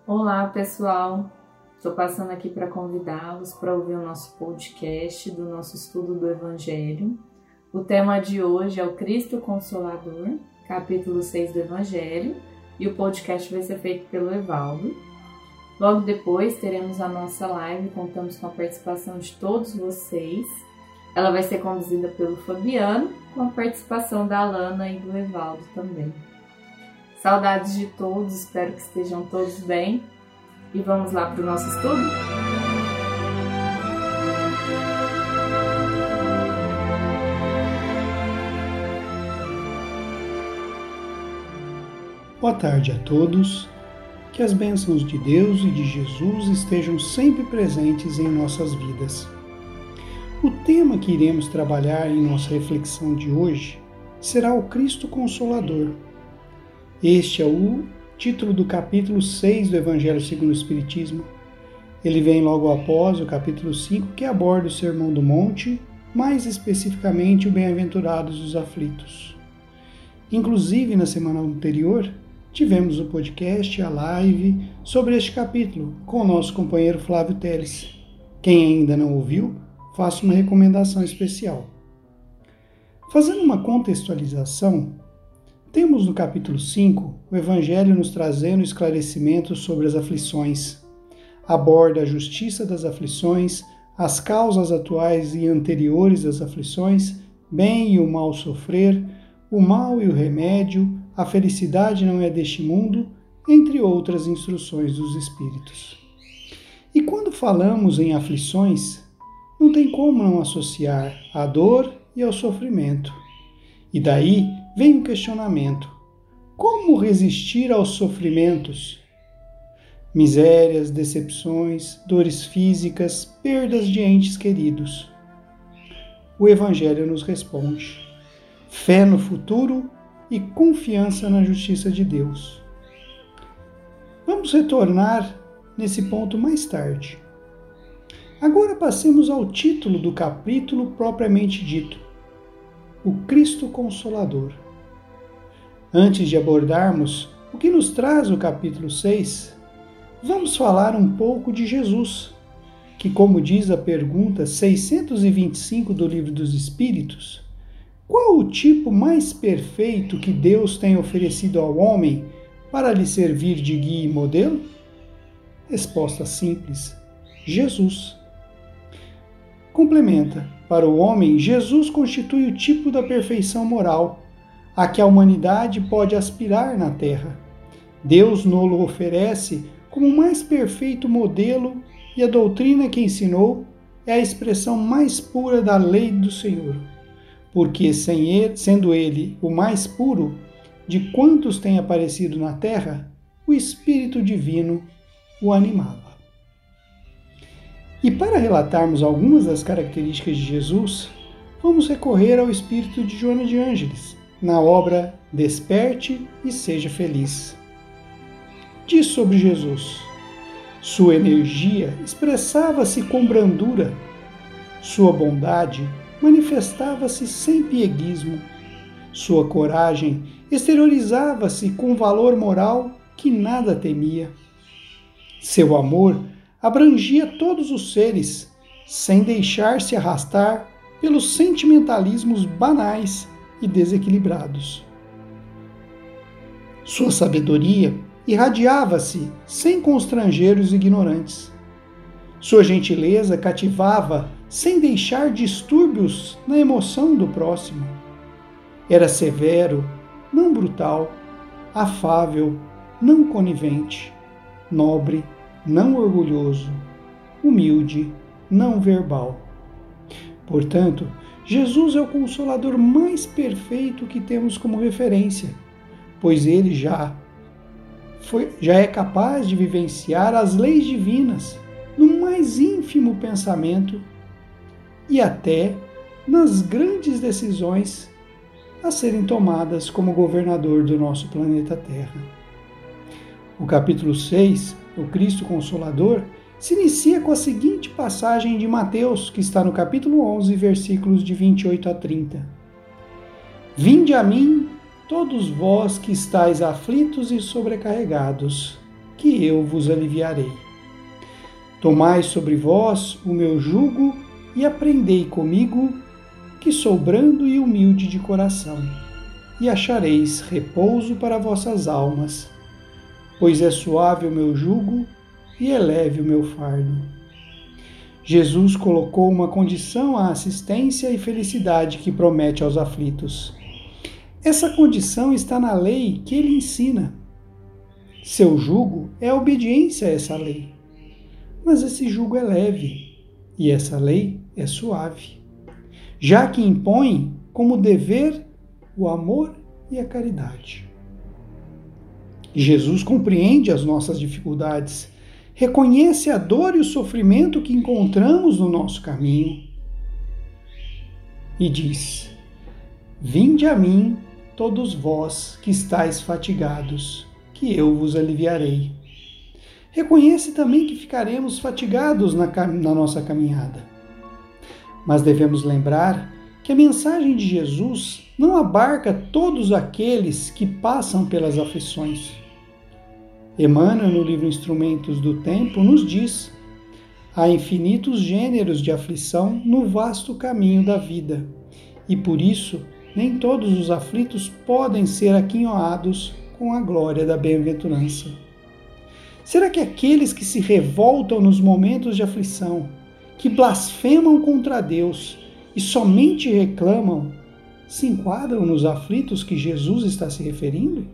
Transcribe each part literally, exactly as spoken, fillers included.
Olá, pessoal! Estou passando aqui para convidá-los para ouvir o nosso podcast do nosso estudo do Evangelho. O tema de hoje é o Cristo Consolador, capítulo seis do Evangelho, e o podcast vai ser feito pelo Evaldo. Logo depois teremos a nossa live, contamos com a participação de todos vocês. Ela vai ser conduzida pelo Fabiano, com a participação da Alana e do Evaldo também. Saudades de todos, espero que estejam todos bem. E vamos lá para o nosso estudo? Boa tarde a todos. Que as bênçãos de Deus e de Jesus estejam sempre presentes em nossas vidas. O tema que iremos trabalhar em nossa reflexão de hoje será o Cristo Consolador. Este é o título do capítulo seis do Evangelho segundo o Espiritismo. Ele vem logo após o capítulo cinco, que aborda o Sermão do Monte, mais especificamente o Bem-aventurados os aflitos. Inclusive, na semana anterior, tivemos o podcast e a live sobre este capítulo com o nosso companheiro Flávio Teles. Quem ainda não ouviu, faço uma recomendação especial. Fazendo uma contextualização, temos no capítulo cinco o Evangelho nos trazendo esclarecimentos sobre as aflições. Aborda a justiça das aflições, as causas atuais e anteriores das aflições, bem e o mal sofrer, o mal e o remédio, a felicidade não é deste mundo, entre outras instruções dos Espíritos. E quando falamos em aflições, não tem como não associar a dor e ao sofrimento. E daí vem o questionamento: como resistir aos sofrimentos? Misérias, decepções, dores físicas, perdas de entes queridos. O Evangelho nos responde: fé no futuro e confiança na justiça de Deus. Vamos retornar nesse ponto mais tarde. Agora passemos ao título do capítulo propriamente dito: o Cristo Consolador. Antes de abordarmos o que nos traz o capítulo seis, vamos falar um pouco de Jesus, que, como diz a pergunta seiscentos e vinte e cinco do Livro dos Espíritos, qual o tipo mais perfeito que Deus tem oferecido ao homem para lhe servir de guia e modelo? Resposta simples: Jesus. Complementa: para o homem, Jesus constitui o tipo da perfeição moral, a que a humanidade pode aspirar na Terra. Deus nolo oferece como o mais perfeito modelo, e a doutrina que ensinou é a expressão mais pura da lei do Senhor, porque, sem ele, sendo ele o mais puro de quantos têm aparecido na Terra, o Espírito Divino o animava. E para relatarmos algumas das características de Jesus, vamos recorrer ao espírito de Joana de Ângeles, na obra Desperte e Seja Feliz. Diz sobre Jesus: sua energia expressava-se com brandura, sua bondade manifestava-se sem pieguismo, sua coragem exteriorizava-se com valor moral que nada temia. Seu amor abrangia todos os seres, sem deixar-se arrastar pelos sentimentalismos banais e desequilibrados. Sua sabedoria irradiava-se sem constranger os ignorantes. Sua gentileza cativava sem deixar distúrbios na emoção do próximo. Era severo, não brutal, afável, não conivente, nobre, não orgulhoso, humilde, não verbal. Portanto, Jesus é o Consolador mais perfeito que temos como referência, pois ele já, foi, já é capaz de vivenciar as leis divinas no mais ínfimo pensamento e até nas grandes decisões a serem tomadas como governador do nosso planeta Terra. O capítulo seis, o Cristo Consolador, se inicia com a seguinte passagem de Mateus, que está no capítulo onze, versículos de vinte e oito a trinta. Vinde a mim, todos vós que estáis aflitos e sobrecarregados, que eu vos aliviarei. Tomai sobre vós o meu jugo e aprendei comigo, que sou brando e humilde de coração, e achareis repouso para vossas almas, pois é suave o meu jugo e é leve o meu fardo. Jesus colocou uma condição à assistência e felicidade que promete aos aflitos. Essa condição está na lei que ele ensina. Seu jugo é a obediência a essa lei. Mas esse jugo é leve e essa lei é suave, já que impõe como dever o amor e a caridade. Jesus compreende as nossas dificuldades, reconhece a dor e o sofrimento que encontramos no nosso caminho e diz: Vinde a mim, todos vós que estáis fatigados, que eu vos aliviarei. Reconhece também que ficaremos fatigados na, na nossa caminhada. Mas devemos lembrar que a mensagem de Jesus não abarca todos aqueles que passam pelas aflições. Emmanuel, no livro Instrumentos do Tempo, nos diz: há infinitos gêneros de aflição no vasto caminho da vida, e por isso nem todos os aflitos podem ser aquinhoados com a glória da bem-aventurança. Será que aqueles que se revoltam nos momentos de aflição, que blasfemam contra Deus e somente reclamam, se enquadram nos aflitos que Jesus está se referindo?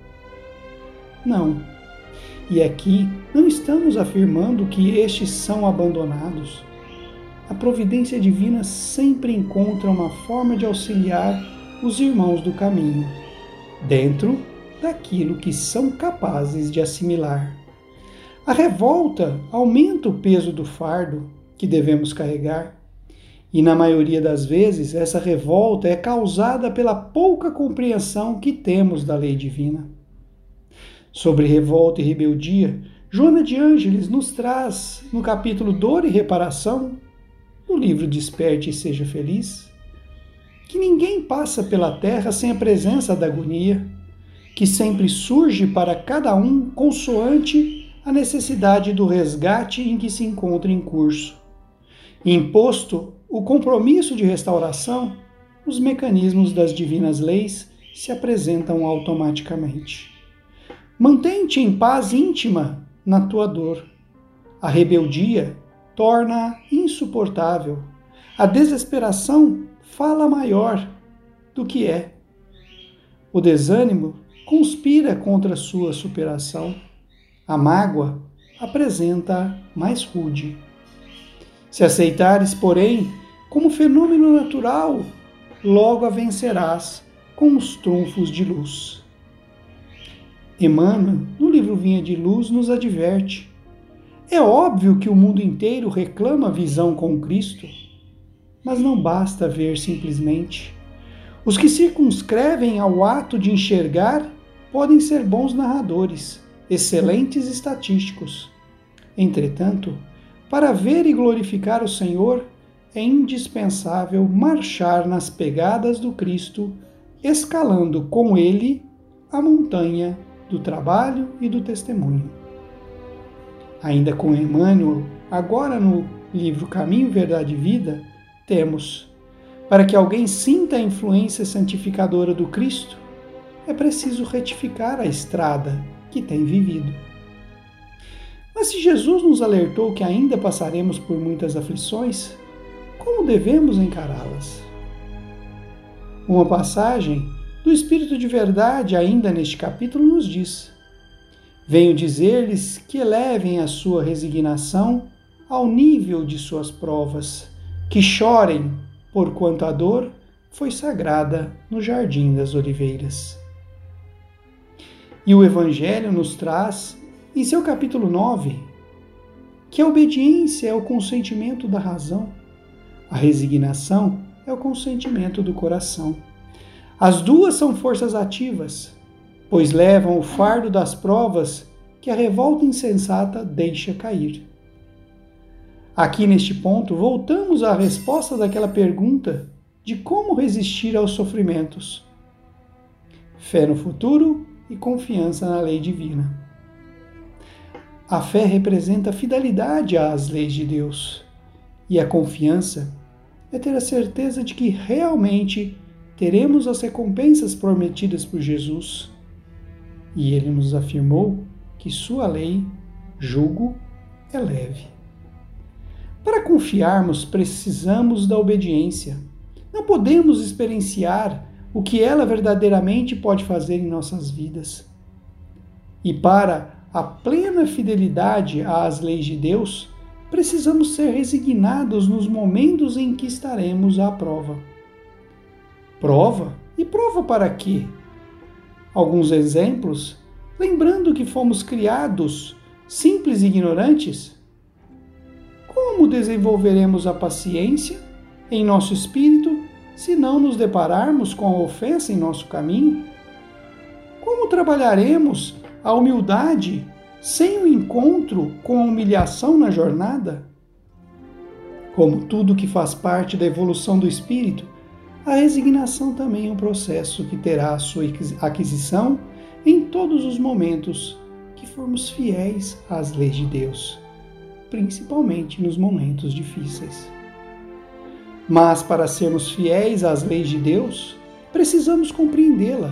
Não. E aqui não estamos afirmando que estes são abandonados. A providência divina sempre encontra uma forma de auxiliar os irmãos do caminho, dentro daquilo que são capazes de assimilar. A revolta aumenta o peso do fardo que devemos carregar, e na maioria das vezes essa revolta é causada pela pouca compreensão que temos da lei divina. Sobre revolta e rebeldia, Joana de Ângeles nos traz, no capítulo Dor e Reparação, no livro Desperte e Seja Feliz, que ninguém passa pela terra sem a presença da agonia, que sempre surge para cada um consoante a necessidade do resgate em que se encontra em curso. Imposto o compromisso de restauração, os mecanismos das divinas leis se apresentam automaticamente. Mantém-te em paz íntima na tua dor. A rebeldia torna-a insuportável. A desesperação fala maior do que é. O desânimo conspira contra sua superação. A mágoa apresenta mais rude. Se aceitares, porém, como fenômeno natural, logo a vencerás com os trunfos de luz. Emmanuel, no livro Vinha de Luz, nos adverte: é óbvio que o mundo inteiro reclama a visão com Cristo, mas não basta ver simplesmente. Os que circunscrevem ao ato de enxergar podem ser bons narradores, excelentes estatísticos. Entretanto, para ver e glorificar o Senhor, é indispensável marchar nas pegadas do Cristo, escalando com Ele a montanha do trabalho e do testemunho. Ainda com Emmanuel, agora no livro Caminho, Verdade e Vida, temos: para que alguém sinta a influência santificadora do Cristo, é preciso retificar a estrada que tem vivido. Mas se Jesus nos alertou que ainda passaremos por muitas aflições, como devemos encará-las? Uma passagem do Espírito de Verdade, ainda neste capítulo, nos diz: venho dizer-lhes que elevem a sua resignação ao nível de suas provas, que chorem, porquanto a dor foi sagrada no Jardim das Oliveiras. E o Evangelho nos traz, em seu capítulo nove, que a obediência é o consentimento da razão, a resignação é o consentimento do coração. As duas são forças ativas, pois levam o fardo das provas que a revolta insensata deixa cair. Aqui neste ponto, voltamos à resposta daquela pergunta de como resistir aos sofrimentos. Fé no futuro e confiança na lei divina. A fé representa a fidelidade às leis de Deus. E a confiança é ter a certeza de que realmente teremos as recompensas prometidas por Jesus. E ele nos afirmou que sua lei, jugo, é leve. Para confiarmos, precisamos da obediência. Não podemos experienciar o que ela verdadeiramente pode fazer em nossas vidas. E para a plena fidelidade às leis de Deus, precisamos ser resignados nos momentos em que estaremos à prova. Prova? E prova para quê? Alguns exemplos, lembrando que fomos criados simples e ignorantes. Como desenvolveremos a paciência em nosso espírito se não nos depararmos com a ofensa em nosso caminho? Como trabalharemos a humildade sem o encontro com a humilhação na jornada? Como tudo que faz parte da evolução do espírito, a resignação também é um processo que terá a sua aquisição em todos os momentos que formos fiéis às leis de Deus, principalmente nos momentos difíceis. Mas para sermos fiéis às leis de Deus, precisamos compreendê-la.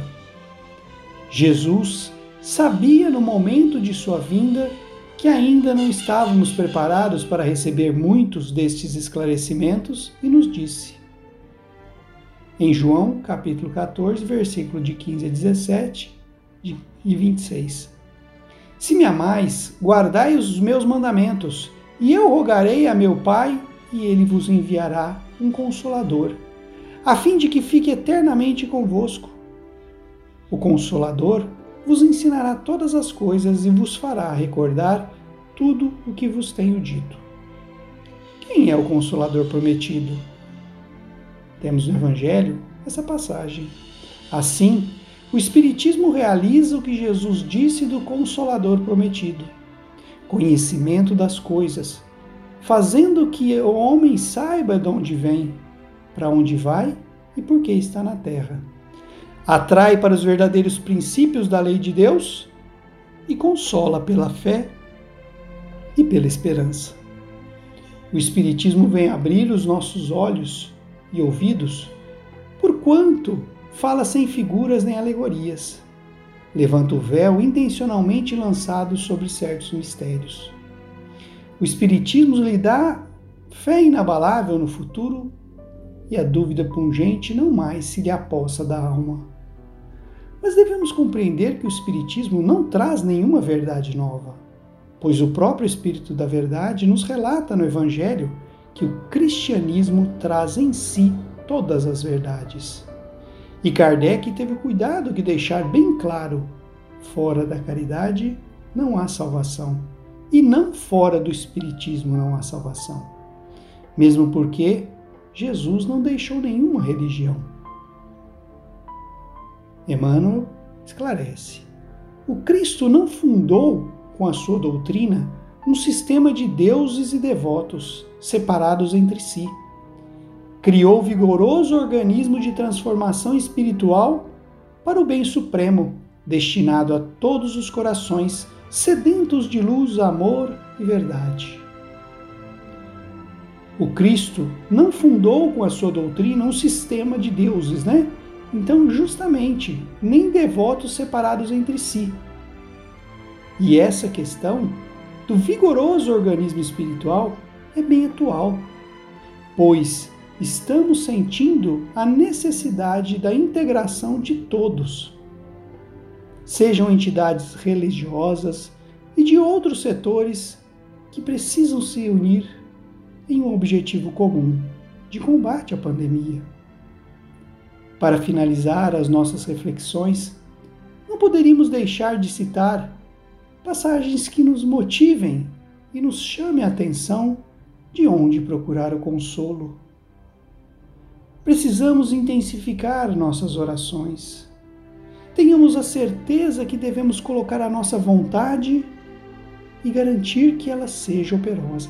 Jesus sabia no momento de sua vinda que ainda não estávamos preparados para receber muitos destes esclarecimentos e nos disse, em João, capítulo quatorze, versículo de quinze a dezessete e vinte e seis. Se me amais, guardai os meus mandamentos, e eu rogarei a meu Pai, e ele vos enviará um Consolador, a fim de que fique eternamente convosco. O Consolador vos ensinará todas as coisas e vos fará recordar tudo o que vos tenho dito. Quem é o Consolador prometido? Temos no Evangelho essa passagem. Assim, o Espiritismo realiza o que Jesus disse do Consolador prometido: conhecimento das coisas, fazendo que o homem saiba de onde vem, para onde vai e por que está na terra. Atrai para os verdadeiros princípios da lei de Deus e consola pela fé e pela esperança. O Espiritismo vem abrir os nossos olhos e ouvidos, porquanto fala sem figuras nem alegorias. Levanta o véu intencionalmente lançado sobre certos mistérios. O Espiritismo lhe dá fé inabalável no futuro e a dúvida pungente não mais se lhe apossa da alma. Mas devemos compreender que o Espiritismo não traz nenhuma verdade nova, pois o próprio Espírito da Verdade nos relata no Evangelho que o cristianismo traz em si todas as verdades. E Kardec teve cuidado de deixar bem claro: fora da caridade não há salvação, e não fora do Espiritismo não há salvação. Mesmo porque Jesus não deixou nenhuma religião. Emmanuel esclarece: o Cristo não fundou, com a sua doutrina, um sistema de deuses e devotos separados entre si. Criou vigoroso organismo de transformação espiritual para o bem supremo, destinado a todos os corações sedentos de luz, amor e verdade. O Cristo não fundou com a sua doutrina um sistema de deuses, né? Então, justamente, nem devotos separados entre si. E essa questão do vigoroso organismo espiritual é bem atual, pois estamos sentindo a necessidade da integração de todos, sejam entidades religiosas e de outros setores que precisam se unir em um objetivo comum de combate à pandemia. Para finalizar as nossas reflexões, não poderíamos deixar de citar passagens que nos motivem e nos chamem a atenção de onde procurar o consolo. Precisamos intensificar nossas orações. Tenhamos a certeza que devemos colocar a nossa vontade e garantir que ela seja operosa.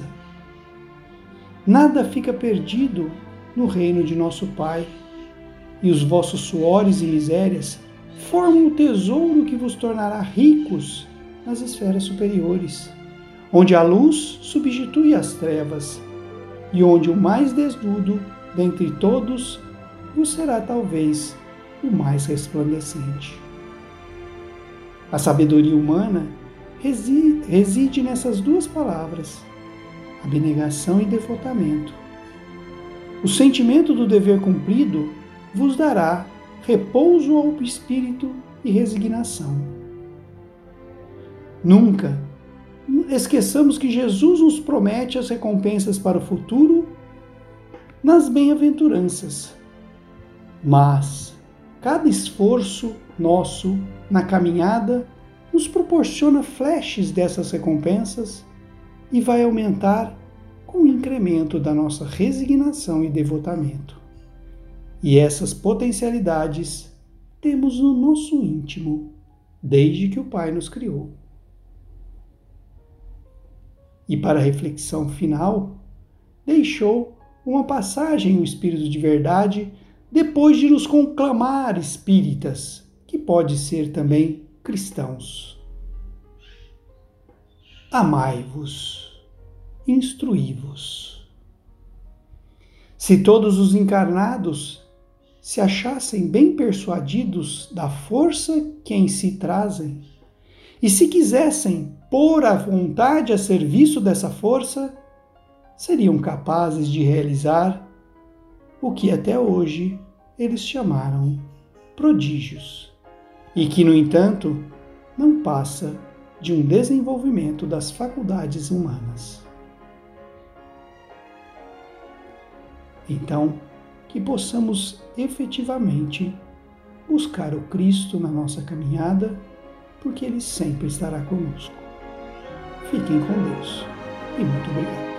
Nada fica perdido no reino de nosso Pai, e os vossos suores e misérias formam o tesouro que vos tornará ricos nas esferas superiores. onde a luz substitui as trevas, e onde o mais desnudo dentre todos vos será talvez o mais resplandecente. A sabedoria humana reside nessas duas palavras, abnegação e devotamento. O sentimento do dever cumprido vos dará repouso ao espírito e resignação. Nunca esqueçamos que Jesus nos promete as recompensas para o futuro nas bem-aventuranças, mas cada esforço nosso na caminhada nos proporciona flashes dessas recompensas e vai aumentar com o incremento da nossa resignação e devotamento. E essas potencialidades temos no nosso íntimo, desde que o Pai nos criou. E para a reflexão final, deixou uma passagem no Espírito de Verdade, depois de nos conclamar espíritas, que pode ser também cristãos. Amai-vos, instruí-vos. Se todos os encarnados se achassem bem persuadidos da força que em si trazem, e se quisessem pôr a vontade a serviço dessa força, seriam capazes de realizar o que até hoje eles chamaram prodígios, e que, no entanto, não passa de um desenvolvimento das faculdades humanas. Então, que possamos efetivamente buscar o Cristo na nossa caminhada, porque Ele sempre estará conosco. Fiquem com Deus e muito obrigado.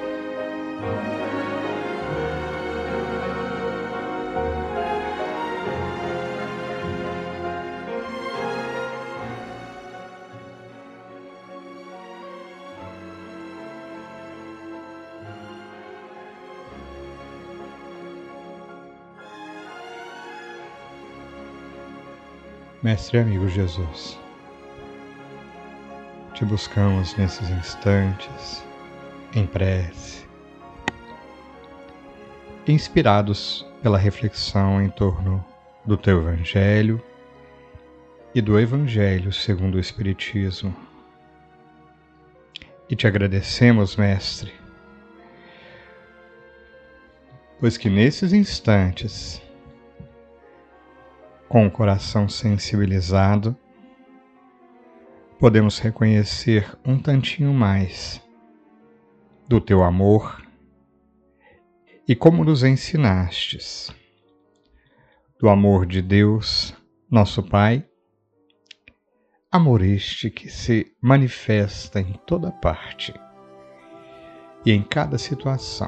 Mestre e amigo Jesus, te buscamos nesses instantes, em prece, inspirados pela reflexão em torno do teu Evangelho e do Evangelho segundo o Espiritismo. E te agradecemos, Mestre, pois que nesses instantes, com o coração sensibilizado, podemos reconhecer um tantinho mais do teu amor e como nos ensinastes, do amor de Deus, nosso Pai, amor este que se manifesta em toda parte e em cada situação.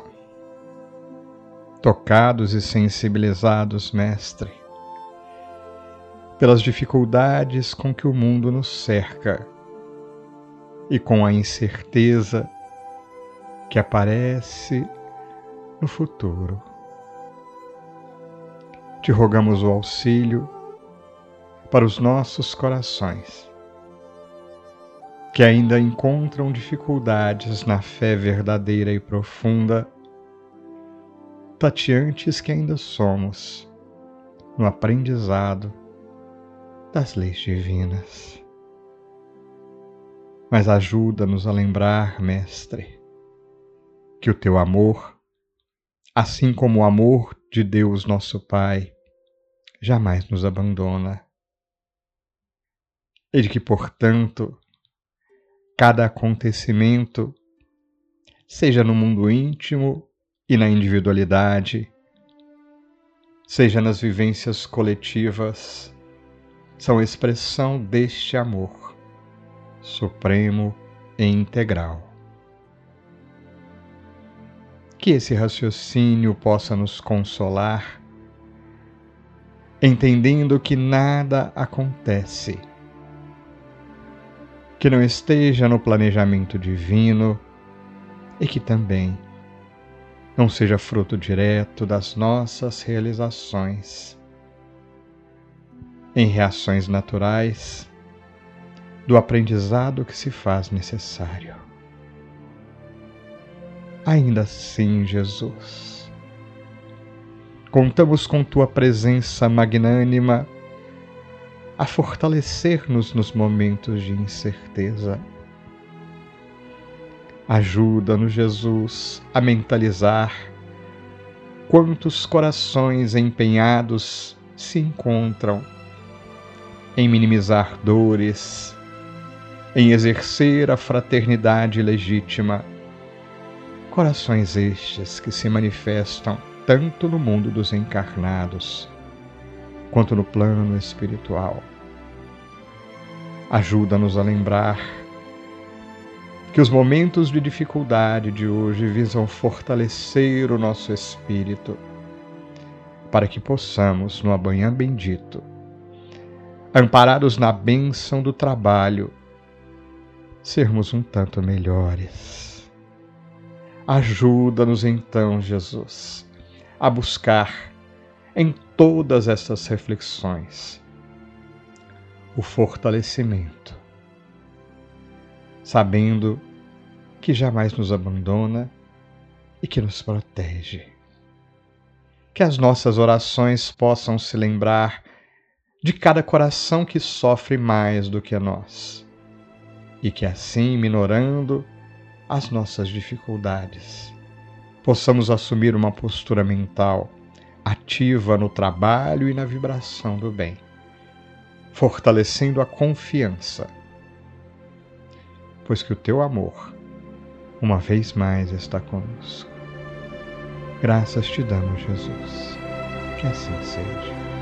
Tocados e sensibilizados, Mestre, pelas dificuldades com que o mundo nos cerca e com a incerteza que aparece no futuro. Te rogamos o auxílio para os nossos corações, que ainda encontram dificuldades na fé verdadeira e profunda, tateantes que ainda somos no aprendizado das leis divinas. Mas ajuda-nos a lembrar, Mestre, que o teu amor, assim como o amor de Deus nosso Pai, jamais nos abandona. E de que, portanto, cada acontecimento, seja no mundo íntimo e na individualidade, seja nas vivências coletivas, são expressão deste amor supremo e integral. Que esse raciocínio possa nos consolar, entendendo que nada acontece que não esteja no planejamento divino e que também não seja fruto direto das nossas realizações, em reações naturais do aprendizado que se faz necessário. Ainda assim, Jesus, contamos com Tua presença magnânima a fortalecer-nos nos momentos de incerteza. Ajuda-nos, Jesus, a mentalizar quantos corações empenhados se encontram em minimizar dores, em exercer a fraternidade legítima. Corações estes que se manifestam tanto no mundo dos encarnados, quanto no plano espiritual. Ajuda-nos a lembrar que os momentos de dificuldade de hoje visam fortalecer o nosso espírito, para que possamos, no amanhã bendito, amparados na bênção do trabalho, sermos um tanto melhores. Ajuda-nos então, Jesus, a buscar em todas estas reflexões o fortalecimento, sabendo que jamais nos abandona e que nos protege. Que as nossas orações possam se lembrar de cada coração que sofre mais do que nós, e que assim, minorando as nossas dificuldades, possamos assumir uma postura mental ativa no trabalho e na vibração do bem, fortalecendo a confiança, pois que o Teu amor, uma vez mais, está conosco. Graças Te damos, Jesus. Que assim seja.